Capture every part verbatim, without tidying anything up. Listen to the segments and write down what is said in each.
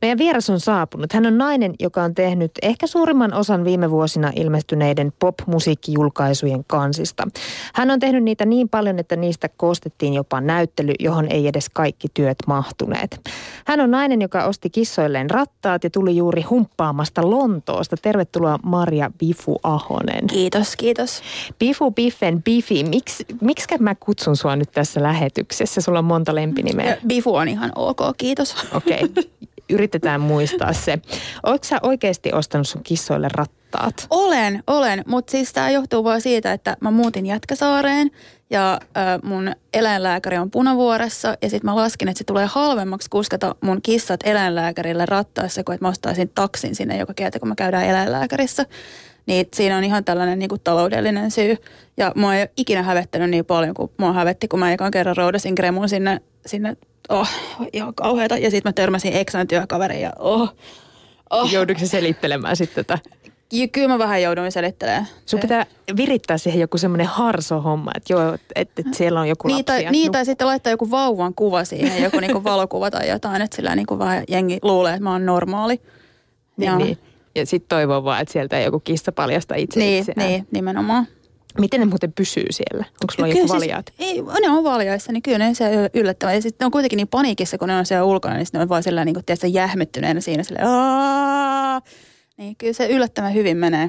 Meidän vieras on saapunut. Hän on nainen, joka on tehnyt ehkä suurimman osan viime vuosina ilmestyneiden pop-musiikkijulkaisujen kansista. Hän on tehnyt niitä niin paljon, että niistä koostettiin jopa näyttely, johon ei edes kaikki työt mahtuneet. Hän on nainen, joka osti kissoilleen rattaat ja tuli juuri humppaamasta Lontoosta. Tervetuloa Marja Bifu Ahonen. Kiitos, kiitos. Bifu, Biffen, Bifi. Miksi, miksikä mä kutsun sua nyt tässä lähetyksessä? Sulla on monta lempinimeä. Bifu on ihan ok, kiitos. Okei, okay. Yritetään muistaa se. Oletko sä oikeasti ostanut sun kissoille rattaat? Olen, olen, mutta siis tämä johtuu vaan siitä, että mä muutin Jätkäsaareen ja äh, mun eläinlääkäri on Punavuoressa ja sitten mä laskin, että se tulee halvemmaksi kuskata mun kissat eläinlääkärille rattaassa, kun että mä ostaisin taksin sinne joka kerta, kun mä käydään eläinlääkärissä. Niin siinä on ihan tällainen niin kuin taloudellinen syy. Ja mua ei ole ikinä hävettänyt niin paljon, kuin mua hävetti, kun mä ekan kerran roudasin Gremun sinne, sinne oh, ihan kauheata. Ja sitten mä törmäsin Exan työkaveriin ja oh, oh. Joudutko se selittelemään sitten tätä? Ja kyllä mä vähän jouduin selittelemään. Sun pitää virittää siihen joku semmoinen harso-homma, että joo, että et siellä on joku lapsi. Niin, tai, niin, tai sitten laittaa joku vauvan kuva siihen, joku niinku valokuva tai jotain, että sillä niinku vähän jengi luulee, että mä oon normaali. Niin, ja, niin. ja sitten toivoo vaan, että sieltä ei joku kissa paljasta itse niin, itseään. Niin, nimenomaan. Miten ne muuten pysyy siellä? Onko sulla joku valjaat? Siis, ei, ne on valjaissa, niin kyllä ne on siellä yllättävää. Ja sitten ne on kuitenkin niin paniikissa, kun ne on siellä ulkona, niin ne on vaan sellainen, niin kuin tiedätkö, jähmettyneenä siinä silleen, aah! Niin kyllä se yllättävän hyvin menee.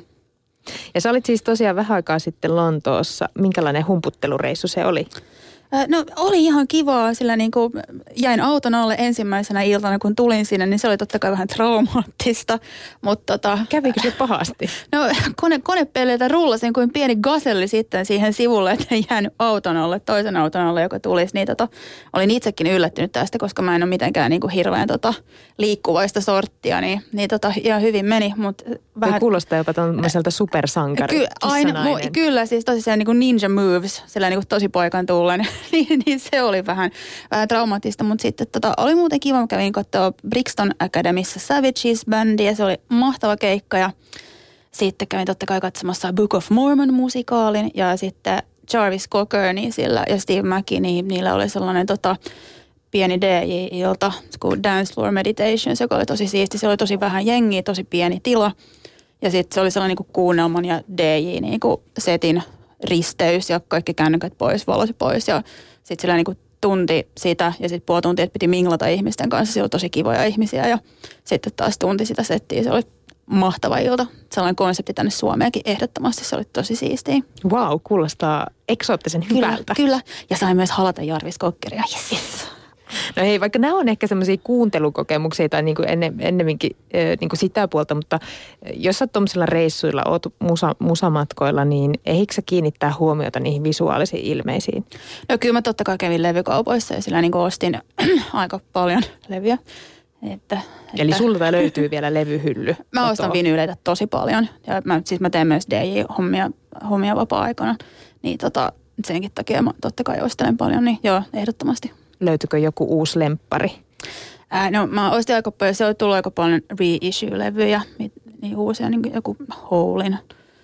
Ja sä olit siis tosiaan vähän aikaa sitten Lontoossa. Minkälainen humputtelureissu se oli? No oli ihan kivaa, sillä niin kuin jäin auton alle ensimmäisenä iltana, kun tulin sinne, niin se oli totta kai vähän traumaattista. Mutta tota, kävikö se pahasti? No kone, konepeleitä rullasin kuin pieni gaselli sitten siihen sivulle, että en jäänyt auton alle, toisen auton alle, joka tulisi. Niin tota, olin itsekin yllättynyt tästä, koska mä en ole mitenkään niin kuin hirveän tota, liikkuvaista sorttia, niin, niin tota, ihan hyvin meni. Mut vähän kuulostaa jopa tuollaiselta supersankari. Ky, aina, mu, kyllä, siis tosiaan niin kuin ninja moves, sillä niin kuin tosi poikan tullen. niin, niin se oli vähän, vähän traumaattista, mutta sitten tota, oli muuten kiva. Mä kävin katsoa Brixton Academyssä Savages-bändiä, se oli mahtava keikka ja sitten kävin totta kai katsomassa Book of Mormon-musikaalin ja sitten Jarvis Cocker niin sillä, ja Steve Mackey, niin niillä oli sellainen tota, pieni D J-ilta kuin Dance Floor Meditations, joka oli tosi siisti. Se oli tosi vähän jengiä, tosi pieni tila ja sitten se oli sellainen niin kuin kuunnelman ja D J niin kuin setin risteys ja kaikki kännykät pois, valot pois ja sitten sillä niin kuin tunti sitä ja sitten puoli tuntia, että piti minglata ihmisten kanssa. Se oli tosi kivoja ihmisiä ja sitten taas tunti sitä settiä. Se oli mahtava ilta. Sellainen konsepti tänne Suomeenkin ehdottomasti. Se oli tosi siistiä. Vau, wow, kuulostaa eksoottisen hyvältä. Kyllä, ja sain myös halata Jarvis Cockeria. Yes, yes. No hei, vaikka nämä on ehkä semmoisia kuuntelukokemuksia tai niin kuin enne, ennemminkin niin kuin sitä puolta, mutta jos sä tuollaisilla reissuilla oot musa, musamatkoilla, niin eikö sä kiinnittää huomiota niihin visuaalisiin ilmeisiin? No kyllä mä totta kai kävin levykaupoissa ja sillä niin kuin ostin aika paljon levyjä. Että, Eli että sulta löytyy vielä levyhylly. Mä ostan vinyyleitä tosi paljon ja mä, siis mä teen myös D J-hommia hommia vapaa-aikana, niin tota, senkin takia mä totta kai ostelen paljon, niin joo, ehdottomasti. Löytyykö joku uusi lemppari? Ää, no mä ostin aika paljon, se oli tullut aika paljon reissue-levyjä, niin uusia, niin joku Holein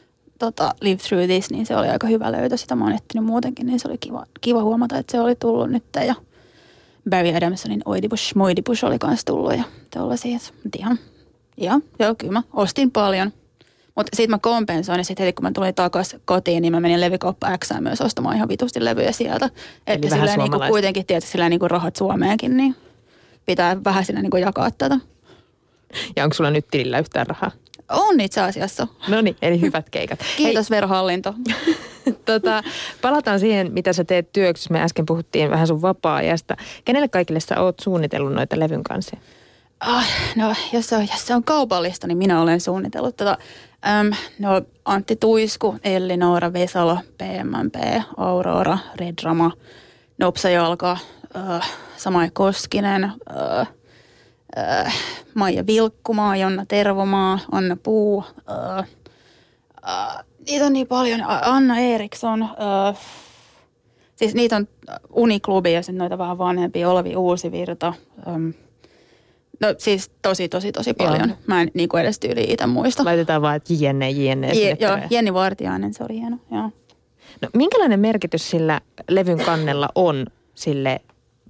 tota, Live Through This, niin se oli aika hyvä löytö. Sitä mä oon etsinyt muutenkin, niin se oli kiva, kiva huomata, että se oli tullut nyt. Ja Barry Adamsonin Oidipus, Moidipus oli kanssa tullut ja tollaisia. Mutta ihan, ihan, joo, kyllä mä ostin paljon. Mutta sitten mä kompensoin ja sitten heti kun mä tulin takaisin kotiin, niin mä menin levykauppa Xään myös ostamaan ihan vitusti levyjä sieltä. Että sillä niinku kuitenkin tietysti sillä niinku rahat Suomeenkin, niin pitää vähän sillä niinku jakaa tätä. Ja onko sulla nyt tilillä yhtään rahaa? On itse asiassa. No niin, eli hyvät keikat. Kiitos Hei. Verohallinto. tota, palataan siihen, mitä sä teet työksi. Me äsken puhuttiin vähän sun vapaa-ajasta. Kenelle kaikille sä oot suunnitellut noita levyn kanssa? Ah, no, jos se, on, jos se on kaupallista, niin minä olen suunnitellut tätä. Öm, no, Antti Tuisku, Elli Noora Vesalo, P M M P, Aurora, Redrama, Nopsa Jalka, äh, Samai Koskinen, äh, äh, Maija Vilkkumaa, Jonna Tervomaa, Anna Puu, äh, äh, niitä on niin paljon, Anna Eriksson, äh, siis niitä on Uniklubi ja sitten noita vähän vanhempia, Olavi Uusivirta, ähm, no siis tosi, tosi, tosi paljon. Joo. Mä en niin kuin edes tyyliin itse muista. Laitetaan vaan, että jne, jne. Je, joo, Jenni Vartiainen, se oli hieno, joo. No minkälainen merkitys sillä levyn kannella on sille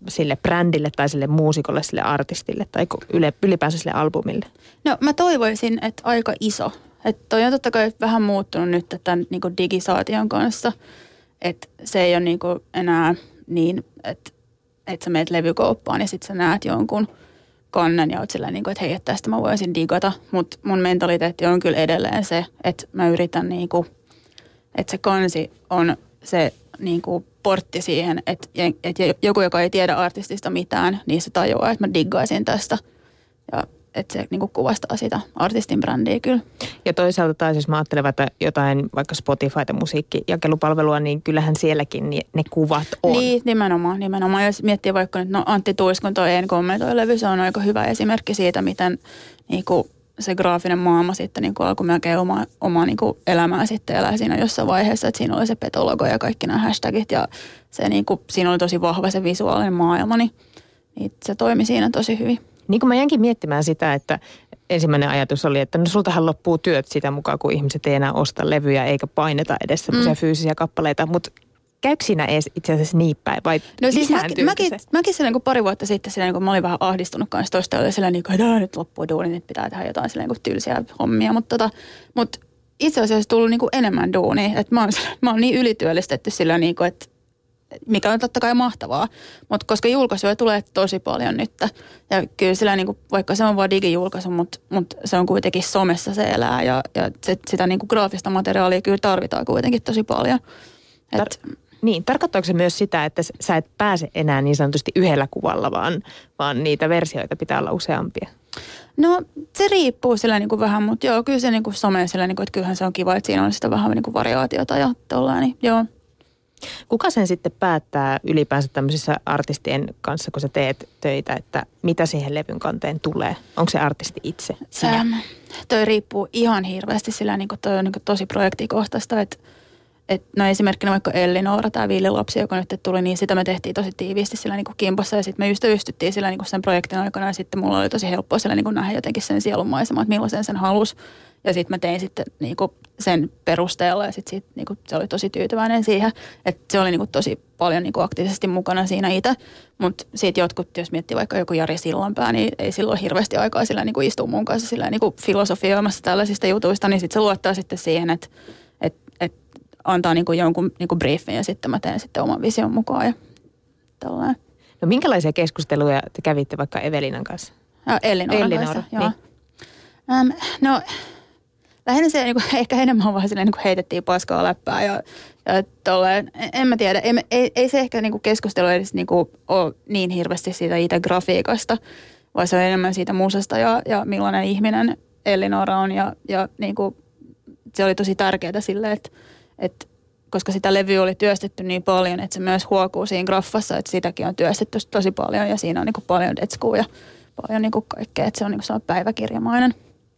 sille brändille tai sille muusikolle, sille artistille tai yle, ylipäänsä sille albumille? No mä toivoisin, että aika iso. Että toi on totta kai vähän muuttunut nyt tämän niin kuin digisaation kanssa. Että se ei ole niin kuin enää niin, että, että sä meet levykauppaan ja sitten sä näet jonkun kannen ja oot silleen, niin kuin, että hei, että tästä mä voisin digata. Mutta mun mentaliteetti on kyllä edelleen se, että mä yritän, niin kuin, että se kansi on se niin kuin portti siihen, että, että joku, joka ei tiedä artistista mitään, niin se tajuaa, että mä diggaisin tästä. Ja että se niin kuin kuvastaa sitä artistin brändiä kyllä. Ja toisaalta taas, jos mä ajattelen että jotain vaikka Spotifyta musiikkijakelupalvelua, niin kyllähän sielläkin ne kuvat on. Niin, nimenomaan. nimenomaan. Jos miettii vaikka nyt, no Antti Tuiskun toi En kommentoi -levy, se on aika hyvä esimerkki siitä, miten niin kuin se graafinen maailma sitten niin kuin alkoi melkein omaa, omaa niin kuin elämää sitten elää siinä jossain vaiheessa, että siinä oli se petologo ja kaikki nämä hashtagit ja se niin kuin, siinä oli tosi vahva se visuaalinen maailma, niin, niin se toimi siinä tosi hyvin. Niin kuin mä jäänkin miettimään sitä, että ensimmäinen ajatus oli, että no sultahan loppuu työt sitä mukaan, kun ihmiset ei enää osta levyjä eikä paineta edes semmoisia mm. fyysisiä kappaleita, mutta käykö siinä edes itse asiassa niin päin vai no siis mäkin, mäkin, mäkin silleen, kun pari vuotta sitten silleen, kun mä olin vähän ahdistunut kanssa toista, oli silleen, niin kuin, että nyt loppuu duuni, nyt pitää tehdä jotain silleen, kuin tylsiä hommia, mutta tota, mut itse asiassa tullut niin kuin enemmän duunia, että mä oon, mä oon niin ylityöllistetty sillä niin kuin, että mikä on totta kai mahtavaa, mutta koska julkaisuja tulee tosi paljon nyt. Ja kyllä sillä niin kuin, vaikka se on vaan digijulkaisu, mutta, mutta se on kuitenkin somessa se elää ja, ja se, sitä niin kuin graafista materiaalia kyllä tarvitaan kuitenkin tosi paljon. Et, Tar- niin, tarkoittaako se myös sitä, että sä et pääse enää niin sanotusti yhdellä kuvalla, vaan, vaan niitä versioita pitää olla useampia? No se riippuu sillä niin kuin vähän, mutta joo, kyllä se niin kuin some sillä, niin kuin, että kyllähän se on kiva, että siinä on sitä vähän niin kuin variaatiota ja tollaan, niin joo. Kuka sen sitten päättää ylipäänsä tämmöisissä artistien kanssa, kun sä teet töitä, että mitä siihen levyn kanteen tulee? Onko se artisti itse, sinä? Ähm, toi riippuu ihan hirveästi sillä, niin kuin toi on niin kuin tosi projektikohtaista, että et, no esimerkkinä vaikka Elli-Noora, tämä villilapsi, joka nyt tuli, niin sitä me tehtiin tosi tiiviisti sillä niin kuin kimpassa ja sitten me ystävystyttiin sillä niin kuin sen projektin aikana ja sitten mulla oli tosi helppoa sillä niin kuin nähdä jotenkin sen sielunmaisema, että millaisen sen halusi. Ja sitten mä tein sitten niinku sen perusteella ja sitten niinku, se oli tosi tyytyväinen siihen, että se oli niinku tosi paljon niinku aktiivisesti mukana siinä itse. Mutta sitten jotkut, jos miettii vaikka joku Jari Sillanpää, niin ei silloin hirveästi aikaa sillä niinku istua mun kanssa sillä niinku filosofioimassa tällaisista jutuista, niin sitten se luottaa sitten siihen, että et, et antaa niinku jonkun niinku briefin ja sitten mä teen sitten oman vision mukaan ja tällainen. No minkälaisia keskusteluja te kävitte vaikka Evelinan kanssa? Ja Elli-Nooran Elli-Noora, kanssa, joo. Niin. Ähm, no... Lähinnä se niin kuin, ehkä enemmän vaan silleen, niin kuin heitettiin paskaa läppää ja, ja tolleen, en mä tiedä, ei, ei, ei se ehkä niin kuin keskustelu edes niin kuin ole niin hirveästi siitä itse grafiikasta, vaan se on enemmän siitä musasta ja, ja millainen ihminen Elli-Noora on ja, ja niin kuin, se oli tosi tärkeää silleen, että, että koska sitä levyä oli työstetty niin paljon, että se myös huokuu siinä graffassa, että sitäkin on työstetty tosi paljon ja siinä on niin kuin paljon detskua ja paljon niin kuin kaikkea, että se on niin kuin se on päiväkirjamainen.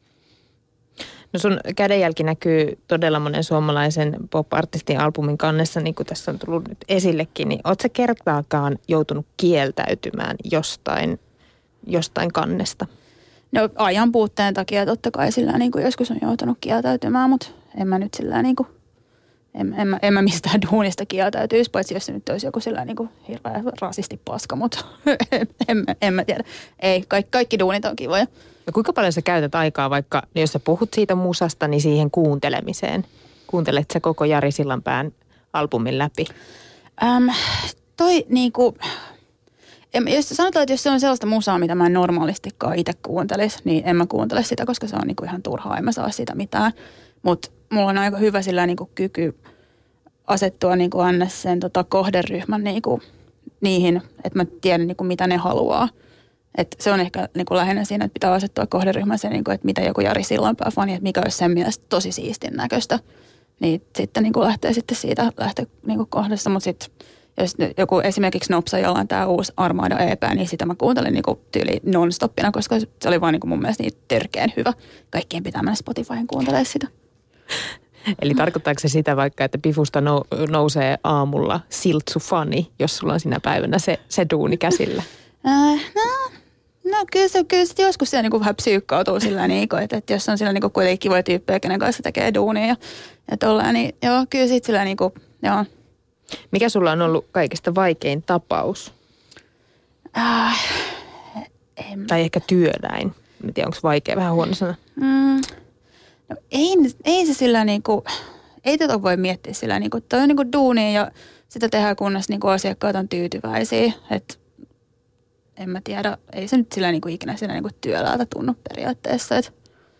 No sun kädenjälki näkyy todella monen suomalaisen pop-artistin albumin kannessa, niin kuin tässä on tullut nyt esillekin. Niin ootko sä kertaakaan joutunut kieltäytymään jostain, jostain kannesta? No ajan puutteen takia totta kai sillä niin kuin joskus on joutunut kieltäytymään, mutta en mä nyt sillä niin kuin, en, en, mä, en mä mistään duunista kieltäytyisi, paitsi jos se nyt olisi joku sillä niin kuin hirveä rasisti paska, mutta en, en, en mä tiedä. Ei, kaikki, kaikki duunit on kivoja. No kuinka paljon sä käytät aikaa vaikka, jos sä puhut siitä musasta, niin siihen kuuntelemiseen? Kuuntelet sä koko Jari Sillanpään albumin läpi? Ähm, toi niinku, en, jos sanotaan, että jos se on sellaista musaa, mitä mä en normaalistikaan itse kuuntelisi, niin en mä kuuntele sitä, koska se on niinku ihan turhaa, en mä saa sitä mitään. Mutta mulla on aika hyvä sillä niinku kyky asettua niinku anna sen tota kohderyhmän niinku niihin, että mä tiedän niinku mitä ne haluaa. Et se on ehkä niin kuin lähinnä siinä, että pitää asettua kohderyhmään se, niin kuin, että mitä joku Jari Sillanpää fani, että mikä olisi sen mielestä tosi siistin näköistä. Niin sitten niin kuin lähtee sitten siitä lähtee niin kuin kohdassa, mutta sitten jos joku esimerkiksi Nopsa, jolla on tämä uusi Armada E P, niin sitä mä kuuntelin niin kuin tyyli non-stoppina, koska se oli vaan niin kuin mun mielestä niin törkeän hyvä. Kaikkien pitää mennä Spotifyhin kuuntelemaan sitä. Eli tarkoittaako se sitä vaikka, että Pifusta nou, nousee aamulla siltsu-fani, jos sulla on siinä päivänä se, se duuni käsillä? Äh, no, no kyllä se, kyllä se joskus siellä niinku vähän psyykkautuu sillä niin, että, että jos on sillä niinku kuitenkin kivoja tyyppejä, kenen kanssa tekee duunia ja, ja tolleen, niin joo, kyllä sitten sillä niinku, joo. Mikä sulla on ollut kaikista vaikein tapaus? Äh, tai ehkä työläin. En tiedä, onko vaikea, vähän huono sana. Mm, no ei, ei se sillä niinku, ei tätä voi miettiä sillä niinku, toi on niinku duunia ja sitä tehdään kunnes niinku asiakkaat on tyytyväisiä. Et en mä tiedä, ei se nyt sillä niinku ikinä sillä niinku työläältä tunnu periaatteessa. Et,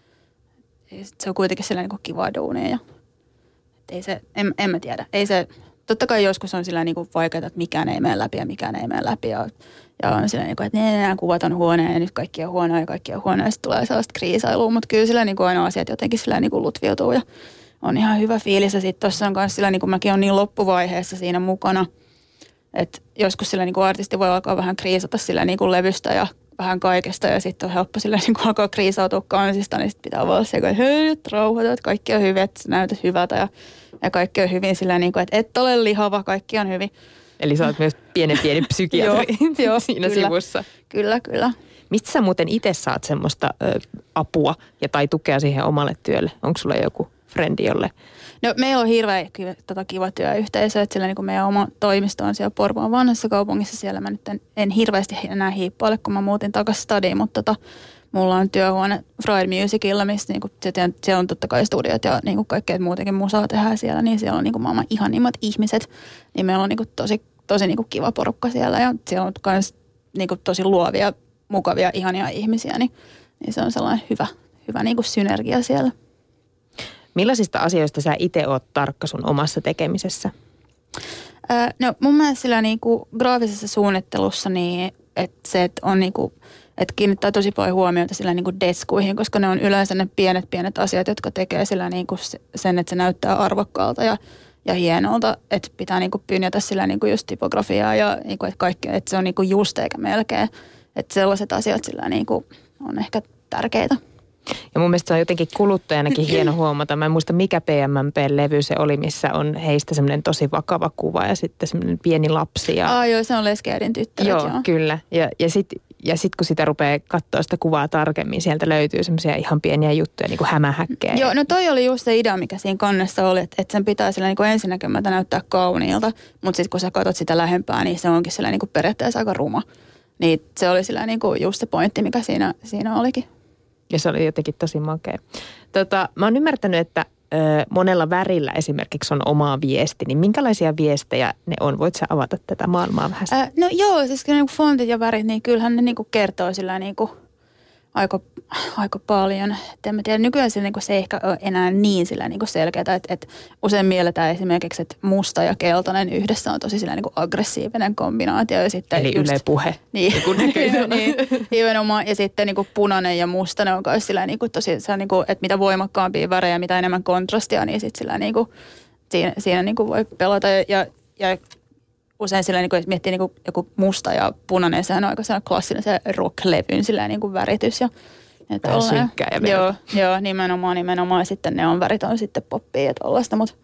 se on kuitenkin sillä niinku kivaa duunia ja et ei se, en, en mä tiedä, ei se, totta kai joskus on sillä niinku vaikeaa, että mikään ei mene läpi ja mikään ei mene läpi ja Ja on sillä niin kuin, että nämä kuvat on huonoja ja nyt kaikki on huonoja ja kaikki on huonoja ja sitten tulee sellaista kriisailua. Mutta kyllä sillä niin kuin aina asiat jotenkin sillä niin kuin lutviutuu ja on ihan hyvä fiilis. Ja sitten tuossa on myös sillä niin kuin mäkin on niin loppuvaiheessa siinä mukana, että joskus sillä niin kuin artisti voi alkaa vähän kriisata sillä niin kuin levystä ja vähän kaikesta ja sitten on helppo sillä niin kuin alkaa kriisautua kansista, niin sitten pitää olla se, että hei, nyt rauhoita, että kaikki on hyvin, että näytät hyvältä ja, ja kaikki on hyvin sillä niin kuin, että et ole lihava, kaikki on hyvin. Eli sä oot myös pienen pieni psykiatri joo, siinä kyllä, sivussa. Kyllä, kyllä. Mistä sä muuten itse saat semmoista ö, apua ja tai tukea siihen omalle työlle? Onko sulla joku frendi, jolle? No meillä on hirveän kiva, tota, kiva työyhteisö, että sillä niin kuin meidän oma toimisto on siellä Porvoon vanhassa kaupungissa. Siellä mä nyt en, en hirveästi enää hiippaile, kun mä muutin takaisin stadiin, mutta tota, mulla on työhuone Fried Musicilla, missä niin kuin, siellä on totta kai studiot ja niin kuin kaikkea muutenkin musaa tehdään siellä, niin siellä on niin kuin maailman ihanimmat ihmiset. Niin meillä on niin kuin tosi, tosi niin kuin kiva porukka siellä ja siellä on myös niin kuin tosi luovia, mukavia, ihania ihmisiä, niin, niin se on sellainen hyvä, hyvä niin kuin synergia siellä. Millaisista asioista sä itse oot tarkka sun omassa tekemisessä? Öö, no mun mielestä sillä niin kuin graafisessa suunnittelussa niin, että se, että on niin kuin että kiinnittää tosi paljon huomiota sillä niin kuin deskuihin, koska ne on yleensä ne pienet, pienet asiat, jotka tekee sillä niin kuin sen, että se näyttää arvokkaalta ja, ja hienolta. Että pitää niin kuin pynjätä sillä niin kuin just typografiaa ja niin kuin, että, kaikki, että se on niin kuin just eikä melkein. Että sellaiset asiat sillä niin kuin on ehkä tärkeitä. Ja mun mielestä se on jotenkin kuluttajanakin hieno huomata. Mä en muista mikä P M M P-levy se oli, missä on heistä semmoinen tosi vakava kuva ja sitten semmoinen pieni lapsi. Ja... Aa joo, se on Leskeidin tyttäret, joo. joo. Kyllä. Ja, ja sitten ja sit, kun sitä rupeaa katsoa sitä kuvaa tarkemmin, sieltä löytyy semmoisia ihan pieniä juttuja, niin kuin hämähäkkejä. Joo, no toi oli just se idea, mikä siinä kannessa oli, että, että sen pitää sillä niin kuin ensinnäkemättä näyttää kauniilta, mutta sitten kun sä katsot sitä lähempää, niin se onkin sillä niin kuin periaatteessa aika ruma. Niin se oli sillä niin kuin just se pointti, mikä siinä, siinä olikin. Ja se oli jotenkin tosi makea. Tota, mä oon ymmärtänyt, että ö, monella värillä esimerkiksi on oma viesti, niin minkälaisia viestejä ne on? Voit sä avata tätä maailmaa vähän? Äh, no joo, siis kyllä niin kuin fontit ja värit, niin kyllähän ne niin kuin kertoo sillä niin kuin aika, aika paljon. Et en mä tiedä, nykyään sillä, niin kuin se ei ehkä ole enää niin sillä niin kuin selkeää, että, että usein mielletään esimerkiksi, että musta ja keltainen yhdessä on tosi sillä niin kuin aggressiivinen kombinaatio. Ja sitten eli just, Yle Puhe. Niin, niin nimenomaan. Ja sitten niin kuin punainen ja musta, ne on myös sillä niin kuin tosi, se on niin kuin, että mitä voimakkaampia värejä, mitä enemmän kontrastia, niin sitten sillä niin kuin, siinä, siinä niin kuin voi pelata. Ja, ja, ja usein sillä niin kuin, miettii niin kuin joku musta ja punainen, sehän on aika sellainen klassinen se rock-levyn sillä niin kuin väritys. Ja, vähän synkkää ja verta. Joo, joo, nimenomaan, nimenomaan. Ja sitten ne on värit on sitten poppia ja tollaista, mutta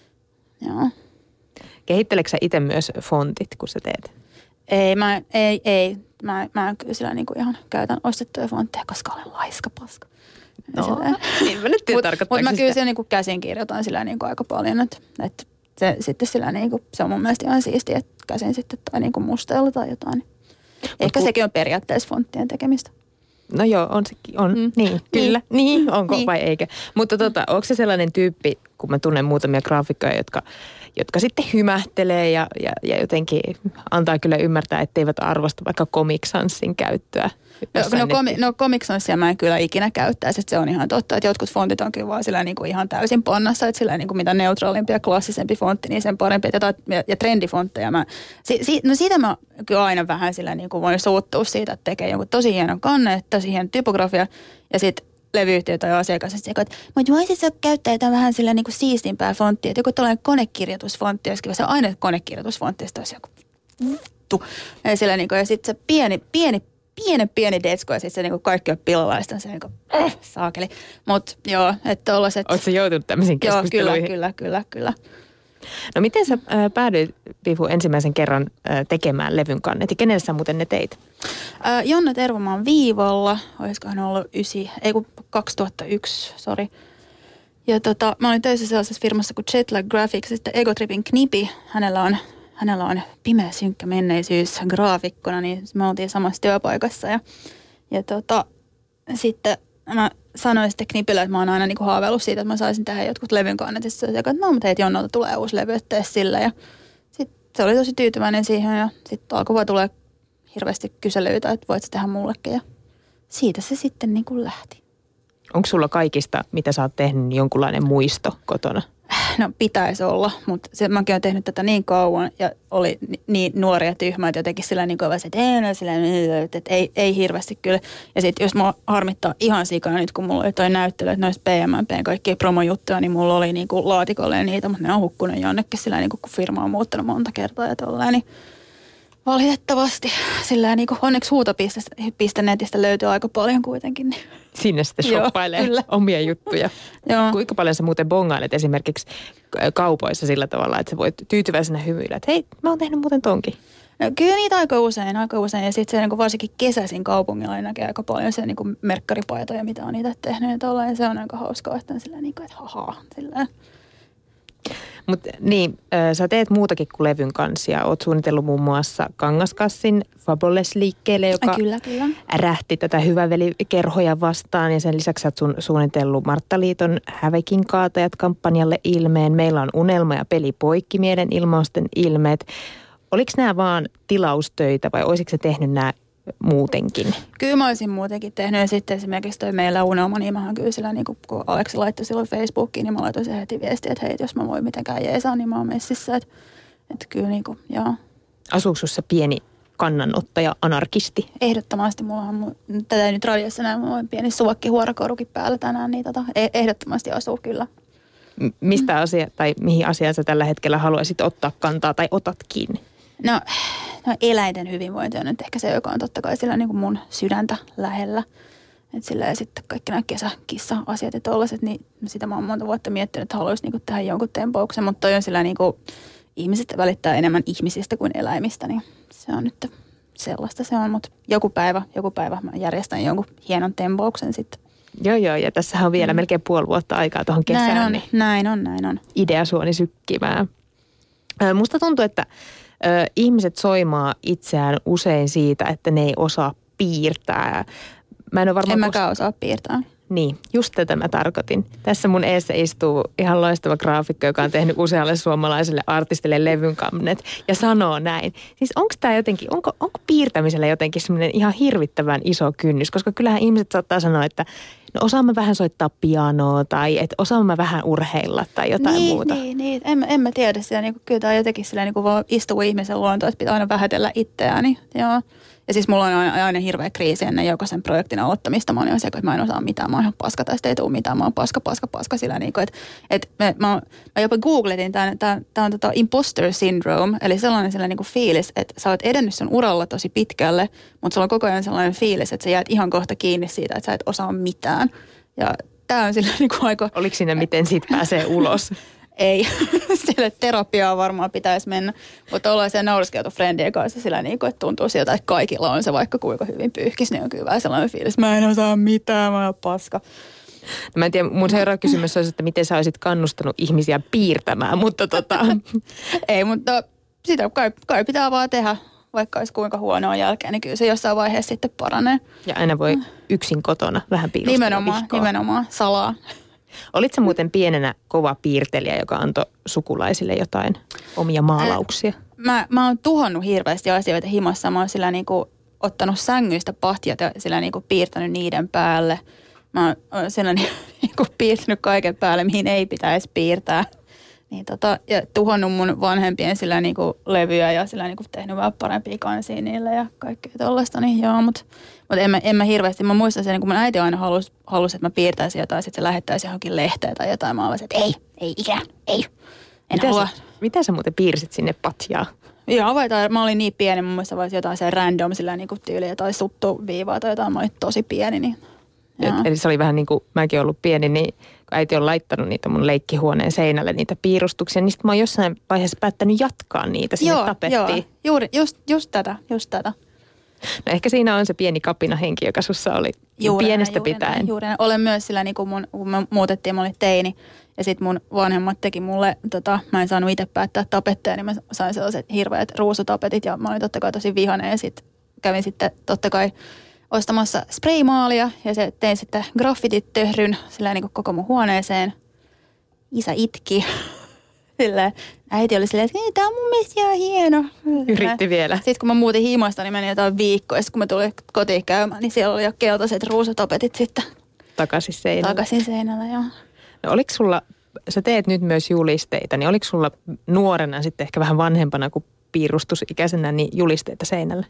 joo. Kehitteleksä sä itse myös fontit, kun sä teet? Ei, mä, ei, ei. Mä, mä kyllä sillä niin kuin ihan käytän ostettuja fontteja, koska olen laiska paska. No, niin mä nyt tiedä tarkoittaako Mutta mä kyllä siellä niin kuin käsin kirjoitan sillä niin kuin aika paljon, että, että se, sitten sillä niin kuin, se on mun mielestä ihan siistiä, että käsin sitten tai niin kuin musteella tai jotain. Ehkä kun... sekin on periaatteessa fonttien tekemistä. No joo, on sekin, on, mm. niin, kyllä, niin, niin onko niin. vai eikä. Mutta tota, onko se sellainen tyyppi, kun mä tunnen muutamia graafikkoja, jotka, jotka sitten hymähtelee ja, ja, ja jotenkin antaa kyllä ymmärtää, etteivät arvosta vaikka Comic Sansin käyttöä. No, no, komi, no Comic Sansia mä en kyllä ikinä käyttäisi, että se on ihan totta, että jotkut fontit on kyllä vaan sillä niin kuin ihan täysin pannassa, että sillä niin kuin mitä neutraalimpi ja klassisempi fontti, niin sen parempi. Ja, ja, ja trendifontteja mä, si, si, no siitä mä kyllä aina vähän sillä niin kuin voin suuttua siitä, että tekee jonkun tosi hienon kanne, tosi hieno typografia ja sitten levyyhtiö tai asiakas, että mutta voisit sä käyttää jotain vähän sillä niin kuin siistimpää fonttia, että joku tällainen konekirjoitusfontti, jos se on aina konekirjoitusfontti, sitten olisi joku vittu. Ja, sillä niin kuin, ja sitten se pieni, pieni, pieni, pieni desko ja sitten se niin kuin kaikki on pilalaista, se niin kuin, äh, saakeli. Mutta joo, että tollaset. Oletko sä joutunut tämmöisiin keskusteluihin? Joo, kyllä, kyllä, kyllä. No miten sä äh, päädyit, Vivu, ensimmäisen kerran äh, tekemään levyn kannet ja kenelle sä muuten ne teit? Äh, Jonna Tervomaan Viivalla, olisikohan ollut ysi, ei kun kaksituhattayksi, sori. Ja tota, mä olin töissä sellaisessa firmassa kuin Jetlag Graphics, sitten Egotripin Knipi, hänellä on hänellä on pimeä synkkä menneisyys graafikkona, niin me oltiin samassa työpaikassa ja, ja tota, sitten mä sanoin sitten Knipille, että mä oon aina niinku haaveillut siitä, että mä saisin tehdä jotkut levyn kannet. Ja sitten että no, mutta heitä Jonnolta tulee uusi levy, ettei sillä. Ja sitten se oli tosi tyytyväinen siihen ja sitten alkoi vaan tulee hirveästi kyselyitä, että voit sä tehdä mullekin. Ja siitä se sitten niinku lähti. Onko sulla kaikista, mitä sä oot tehnyt, jonkunlainen muisto kotona? No pitäisi olla, mutta se, mäkin olen tehnyt tätä niin kauan ja oli niin nuoria ja tyhmä, että jotenkin sillä niin kovasti, että ei, no, sillä, että ei, ei hirveästi kyllä. Ja sitten jos mua harmittaa ihan sikana nyt, kun mulla oli toi näyttely, että noista P M P:n kaikkia promojuttuja, niin mulla oli niin kuin laatikolle niitä, mutta ne on hukkunut jonnekin sillä niin kuin, kun firma on muuttanut monta kertaa ja tolleen, niin valitettavasti sillä niin kuin onneksi huutopiste-netistä löytyy aika paljon kuitenkin. Niin. Sinne sitten shoppailee omia juttuja. Joo. Kuinka paljon sä muuten bongailet esimerkiksi kaupoissa sillä tavalla, että sä voit tyytyväisenä hymyillä, että hei, mä oon tehnyt muuten tonkin. No, kyllä niitä aika usein, aika usein. Ja sitten se niin varsinkin kesäisin kaupungilla niin näkee aika paljon se niin merkkaripaitoja, mitä on niitä tehnyt. Ja se on aika hauskaa, että on sillä niin kuin, että haha, sillä. Mutta niin, äh, sä teet muutakin kuin levyn kansia. Oot suunnitellut muun muassa Kangaskassin Faboless-liikkeelle, joka kyllä, kyllä. rähti tätä Hyväveli-kerhoja vastaan. Ja sen lisäksi sä oot sun, suunnitellut Marttaliiton Hävekin kaatajat kampanjalle ilmeen. Meillä on Unelma ja peli poikki mielenilmausten ilmeet. Oliko nämä vaan tilaustöitä vai olisitko sä tehnyt nämä muutenkin? Kyllä mä olisin muutenkin tehnyt ja sitten esimerkiksi toi meillä Unelma, niin mähän kyllä sillä, niin kun Aleksi laittoi silloin Facebookiin, niin mä laitoin sen heti viestiä, että hei, jos mä voin mitenkään jeesaa, niin mä oon messissä. Että, että kyllä niin kuin, joo. Asuuko sussa pieni kannanottaja, anarkisti? Ehdottomasti. Mullahan, tätä ei nyt radiossa näin, mulla on pieni suvakkihuorakorukin päällä tänään, niin tota, ehdottomasti asuu kyllä. Mistä asia, tai mihin asiaan sä tällä hetkellä haluaisit ottaa kantaa tai otatkin? No, no eläinten hyvinvointi on nyt ehkä se, joka on totta kai sillä niin kuin mun sydäntä lähellä. Että sillä ja sitten kaikki nämä kesäkissa-asiat ja tollaiset, niin sitä mä oon monta vuotta miettinyt, että haluaisin niin kuin tehdä jonkun tempauksen. Mutta toi on sillä niin kuin ihmiset välittää enemmän ihmisistä kuin eläimistä, niin se on nyt sellaista se on. Mutta joku päivä, joku päivä mä järjestän jonkun hienon tempauksen sitten. Joo, joo, ja tässä on vielä mm. melkein puoli vuotta aikaa tuohon kesään. Näin on, niin näin on, näin on. Ideasuoni sykkimään. Musta tuntuu, että ö, ihmiset soimaa itseään usein siitä, että ne ei osaa piirtää. Mä en ole varmaan en mäkään kos- osaa piirtää. Niin, just tätä mä tarkoitin. Tässä mun eessä istuu ihan loistava graafikko, joka on tehnyt usealle suomalaiselle artistille levyn kannet ja sanoo näin. Siis onko tämä jotenkin, onko, onko piirtämisellä jotenkin semmoinen ihan hirvittävän iso kynnys? Koska kyllähän ihmiset saattaa sanoa, että no osaan mä vähän soittaa pianoa tai että osaan mä vähän urheilla tai jotain niin, muuta. Niin, niin. En, en mä tiedä sitä. Niin kyllä tämä on jotenkin sillä niin kuin vaan istuu ihmisen luonto, että pitää aina vähätellä itseäni. Joo. Ja siis mulla on aina, aina hirveä kriisi ennen jokaisen projektin aloittamista. Mä oon se, että mä en osaa mitään, mä oon ihan paska tai sitten ei tule mitään. Mä oon paska, paska, paska sillä niin kuin, että, että mä, mä, mä jopa googletin tämän, tämän, tämän tota imposter syndrome, eli sellainen sellainen niin kuin fiilis, että sä oot edennyt sun uralla tosi pitkälle, mutta sulla on koko ajan sellainen fiilis, että sä jäät ihan kohta kiinni siitä, että sä et osaa mitään. Ja tää on sillä niin kuin aika... Oliko siinä miten siitä pääsee ulos? Ei. Sille terapiaa varmaan pitäisi mennä. Mutta ollaan siellä nauriskeltu friendien kanssa sillä niin kuin, että tuntuu siltä, että kaikilla on se vaikka kuinka hyvin pyyhkis, niin on kyllä vähän sellainen fiilis, mä en osaa mitään, mä oon paska. No mä en tiedä, mun seuraava kysymys olisi, että miten sä olisit kannustanut ihmisiä piirtämään, mutta tota... Ei, mutta sitä kai, kai pitää vaan tehdä, vaikka olisi kuinka huonoa jälkeen, niin kyllä se jossain vaiheessa sitten paranee. Ja aina voi yksin kotona vähän piilustella Nimenomaan, vihkoa. nimenomaan, salaa. Olitko muuten pienenä kova piirtelijä, joka antoi sukulaisille jotain omia maalauksia? Mä, mä oon tuhonnut hirveästi asioita himassa. Mä oon sillä niinku ottanut sängyistä pahtijat ja sillä niinku piirtänyt niiden päälle. Mä oon sillä niinku piirtänyt kaiken päälle, mihin ei pitäisi piirtää. Niin tota, ja tuhonnut mun vanhempien sillä niinku levyjä ja sillä niinku tehnyt vähän parempia kansia niille ja kaikkea tollaista. Niin joo, mutta mut en, en mä hirveästi. Mä muistan sen, kun mun äiti aina halusi, halusi että mä piirtäisin jotain, sitten se lähettäisi johonkin lehteen tai jotain. Mä olisin, että ei, ei ikään, ei. En mitä, halua. sä, mitä sä muuten piirsit sinne patjaan? Joo, vai tai, mä olin niin pieni, mun mielestä voisi jotain se random sillä niinku tyyliä tai suttuviivaa tai jotain. Mä olin tosi pieni, niin... Et, eli se oli vähän niin kuin, mäkin ollut pieni, niin kun äiti on laittanut niitä mun leikkihuoneen seinälle, niitä piirustuksia, niin sitten mä oon jossain vaiheessa päättänyt jatkaa niitä sinne joo, tapettiin. Joo, juuri, just, just tätä, just tätä. No ehkä siinä on se pieni kapinahenki, joka sussa oli juurena, pienestä juurena, pitäen. Juurena. Olen myös sillä, niin kun, mun, kun me muutettiin, mä olin teini. Ja sitten mun vanhemmat teki mulle, tota, mä en saanut itse päättää tapetteja, niin mä sain sellaiset hirveät ruusutapetit. Ja mä olin totta kai tosi vihainen ja sitten kävin sitten totta kai ostamassa spraymaalia. Ja se tein sitten graffititöhryn sillä niin kuin koko mun huoneeseen. Isä itki. Sillä äiti oli silleen, että tämä on mun mielestä ihan hieno. Yritti vielä. Sitten kun mä muutin himasta, niin meni jotain viikkoa. Ja sitten kun mä tulin kotiin käymään, niin siellä oli jo keltaiset ruusutapetit sitten. Takaisin seinällä. Takaisin seinällä, joo. No oliko sulla, sä teet nyt myös julisteita, niin oliko sulla nuorena sitten ehkä vähän vanhempana kuin piirustusikäisenä niin julisteita seinällä?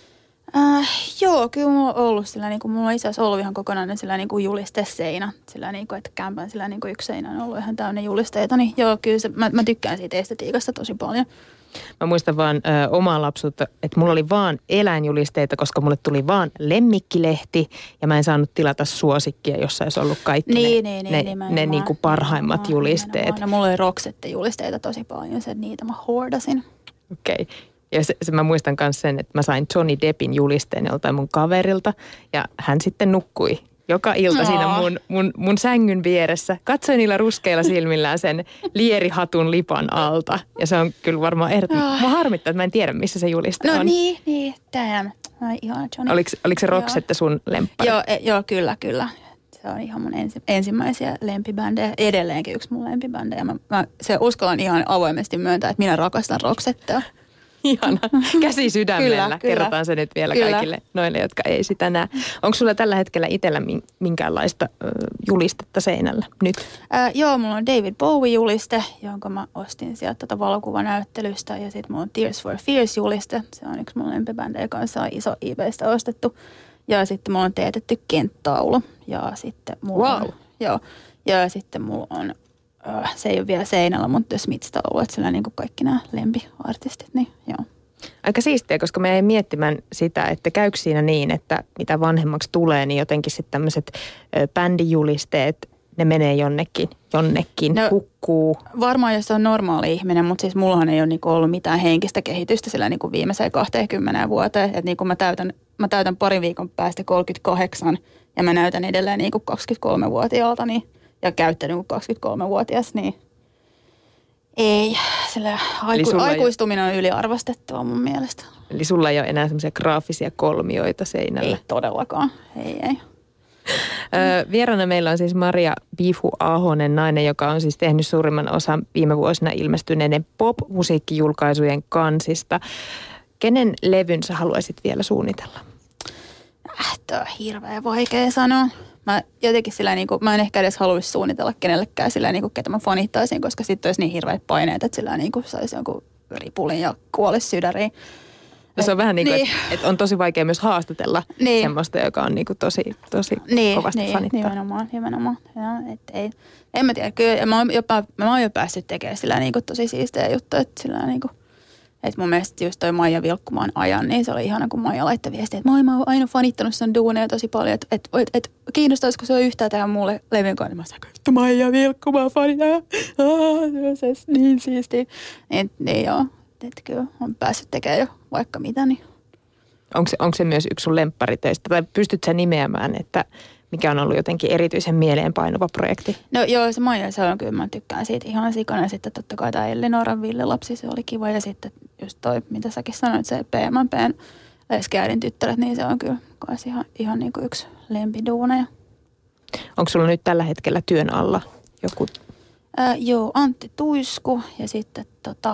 Äh, joo, kyllä mulla on ollut sillä, niin kuin mulla on itse asiassa ollut ihan kokonainen sillä niin kuin julisteseinä. Sillä niin kuin, että kämpän sillä niin kuin yksi seinä on ollut ihan täynnä julisteita. Niin joo, kyllä se, mä, mä tykkään siitä estetiikasta tosi paljon. Mä muistan vaan ö, omaa lapsuutta, että mulla oli vaan eläinjulisteita, koska mulle tuli vaan lemmikkilehti ja mä en saanut tilata suosikkia, jossa olisi ollut kaikki niin, ne, niin, ne, niin, ne niin kuin parhaimmat nimenomaan, julisteet. Nimenomaan. No mulla oli Roxette-julisteita tosi paljon, se, niitä mä hoardasin. Okei. Okay. Ja se, se mä muistan myös sen, että mä sain Johnny Deppin julisteen joltain mun kaverilta ja hän sitten nukkui joka ilta no. siinä mun, mun, mun sängyn vieressä. Katsoin niillä ruskeilla silmillään sen lierihatun lipan alta. Ja se on kyllä varmaan ehdottomasti. Oh. Mua harmittaa, että mä en tiedä, missä se juliste no on. No niin, niin. Damn. Ai, ihana Johnny. Oliko, oliko se Roxette sun lemppari? Joo, e, joo, kyllä, kyllä. Se on ihan mun ensi, ensimmäisiä lempibändejä. Edelleenkin yksi mun lempibändejä. Mä, mä se uskallan ihan avoimesti myöntää, että minä rakastan Roxettea. Ihana. Käsi sydämellä. Kyllä, Kerrotaan kyllä. se nyt vielä kyllä. kaikille noille, jotka ei sitä näe. Onko sulla tällä hetkellä itsellä minkäänlaista ö, julistetta seinällä nyt? Ää, joo, mulla on David Bowie-juliste, jonka mä ostin sieltä tätä valokuvanäyttelystä. Ja sitten mulla on Tears for Fears-juliste. Se on yksi mun lempibändejä, joka on iso eBaystä ostettu. Ja sitten mulla on teetetty kenttaulu. Ja sitten mulla wow. on, joo, ja sitten mulla on... Se ei ole vielä seinällä, mutta Smiths-taulu, että sillä niin kuin kaikki nämä lempiartistit, niin joo. Aika siistiä, koska me ei miettimään sitä, että käykö siinä niin, että mitä vanhemmaksi tulee, niin jotenkin sitten tämmöiset bändijulisteet, ne menee jonnekin, jonnekin, no, hukkuu. Varmaan jos on normaali ihminen, mutta siis mullahan ei ole niinku ollut mitään henkistä kehitystä sillä niinku viimeiseen kaksikymmentä vuoteen. Että niinku mä, täytän, mä täytän parin viikon päästä kolmekymmentäkahdeksan ja mä näytän edelleen niinku kaksikymmentäkolmevuotiaalta, niin ja käyttänyt kuin kaksikymmentäkolmevuotias, niin ei. Sillä aiku, aikuistuminen on yliarvostettua mun mielestä. Eli sulla ei ole enää semmoisia graafisia kolmioita seinällä? Ei todellakaan. Ei, ei. Öö, vieraana meillä on siis Maria Bifu Ahonen, nainen, joka on siis tehnyt suurimman osan viime vuosina ilmestyneiden pop-musiikkijulkaisujen kansista. Kenen levyn sä haluaisit vielä suunnitella? Äh, tämä on hirveän vaikea sanoa. Mä jotenkin sillä niin kuin, mä en ehkä edes haluaisi suunnitella kenellekään sillä niin kuin, ketä mä fanittaisin, koska sitten olisi niin hirveät paineet, että sillä niin kuin saisi jonkun ripulin ja kuolisi sydäriin. No se on vähän niin kuin, niin. että, että on tosi vaikea myös haastatella niin. semmoista, joka on niin kuin tosi, tosi niin, kovasti niin, fanittaa. nimenomaan, nimenomaan. Ja, et ei, en mä tiedä, kyllä mä oon, jopa, mä oon jo päässyt tekemään sillä niin kuin tosi siistejä juttuja, että sillä niin kuin, että mun mielestä just toi Maija Vilkkumaan ajan, niin se oli ihana, kun Maija laittoi viestiä, että moi, mä oon aina fanittanut sun duuneja tosi paljon, että et, et, et, kiinnostaisiko se yhtään tehdä mulle levyn kanssa. Mä sanoin, että Maija Vilkkumaan fanittaa, se on niin siistiä. Niin, niin joo, että kyllä on päässyt tekemään jo vaikka mitä. Niin. Onko se, onko se myös yksi sun lempparitöistä, tai pystyt sä nimeämään, että mikä on ollut jotenkin erityisen mieleenpainuva projekti? No joo, se Maija, se on kyllä, mä tykkään siitä ihan sikana. Sitten totta kai tämä Ellinoran Ville lapsi, se oli kiva. Ja sitten just toi, mitä säkin sanoit, se P M P:n Leskiäidin tyttäret, niin se on kyllä kans ihan, ihan niin kuin yksi lempiduuneja. Onko sulla nyt tällä hetkellä työn alla joku? Ää, joo, Antti Tuisku ja sitten tota,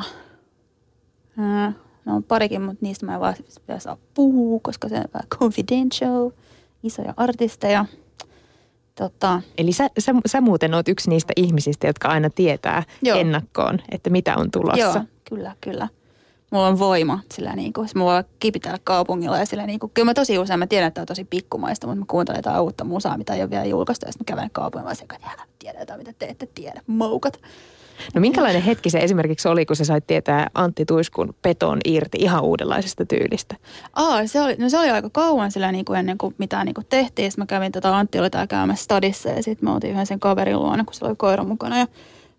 ää, no on parikin, mutta niistä mä en vaan saa puhua, koska se on vähän confidential, isoja artisteja. Tota. Eli sä, sä, sä muuten oot yksi niistä ihmisistä, jotka aina tietää joo. ennakkoon, että mitä on tulossa. Joo, kyllä, kyllä. Mulla on voima sillä niin kuin, mulla on kipitellä kaupungilla ja sillä niin kuin, kyllä mä tosi usein, mä tiedän, että on tosi pikkumaista, mutta mä kuuntelen jotain uutta musaa, mitä ei ole vielä julkaistu ja sitten mä kävelen kaupungilla ja sekä tiedän jotain, mitä te ette tiedä, moukat. No minkälainen hetki se esimerkiksi oli, kun sä sait tietää Antti Tuiskun Peton irti ihan uudenlaisesta tyylistä? Aa, se oli, no se oli aika kauan sillä niin kuin ennen kuin mitään niin kuin tehtiin. Sitten mä kävin, tota, Antti oli täällä käymässä stadissa ja sitten mä oltiin yhden sen kaverin luona, kun se oli koira mukana. Ja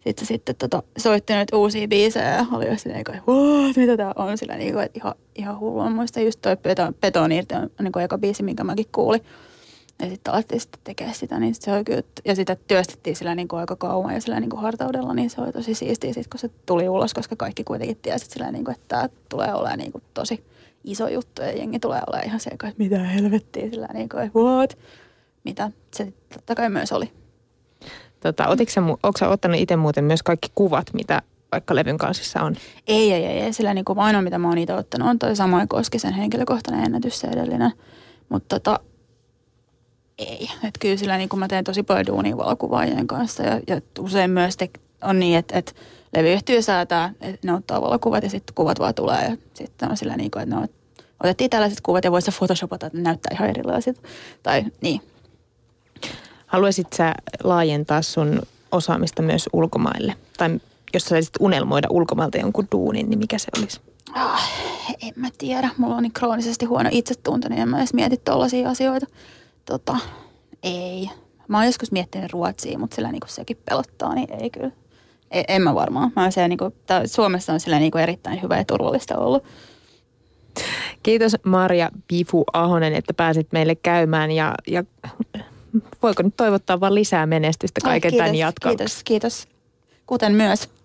sitten sitten tota, soitti noita uusia biisejä ja oli jo silleen, että what, mitä tää on, sillä niin kuin, että ihan, ihan hullua. Muista just toi Betoniirti on niin kuin eka biisi, minkä mäkin kuulin. Ja sitten alettiin sitten tekemään sitä, niin se oli kyllä, ja sitä työstettiin sillä niin kuin aika kauan ja sillä niin kuin hartaudella, niin se oli tosi siistiä sitten, kun se tuli ulos, koska kaikki kuitenkin tiesivät sillä niin kuin, että tämä tulee olemaan niin kuin tosi iso juttu ja jengi tulee olemaan ihan se, että mitä helvettiä sillä niin kuin, että what, mitä se totta kai myös oli. Tota, otitko sä, ootko sä ottanut itse muuten myös kaikki kuvat, mitä vaikka levyn kansissa on? Ei, ei, ei, ei. Sillä niin kuin ainoa, mitä mä oon itse ottanut, on toi Samoin Koskisen henkilökohtainen ennätys, se edellinen. Mutta tota, ei. Että kyllä sillä niin kuin mä teen tosi paljon duunia valokuvaajien kanssa ja, ja usein myös te, on niin, että, että levyyhtiö säätää, että ne ottaa valokuvat ja sitten kuvat vaan tulee ja sitten on sillä niin kuin, että ne otettiin tällaiset kuvat ja voisi photoshopata, että ne näyttää ihan erilaiset. Tai niin. Haluaisit sä laajentaa sun osaamista myös ulkomaille? Tai jos sä saisit unelmoida ulkomailta jonkun duunin, niin mikä se olisi? Ah, en mä tiedä. Mulla on niin kroonisesti huono itsetunto, niin en mä edes mieti tollaisia asioita. Tota, ei. Mä oon joskus miettinyt Ruotsia, mutta sillä niinku sekin pelottaa, niin ei kyllä. En, en mä varmaan. Mä siellä niinku, Suomessa on sillä niinku erittäin hyvä ja turvallista ollut. Kiitos Marja Bifu Ahonen, että pääsit meille käymään ja, ja voiko nyt toivottaa vaan lisää menestystä kaiken kiitos, tämän jatkauksessa. Kiitos, kiitos. Kuten myös.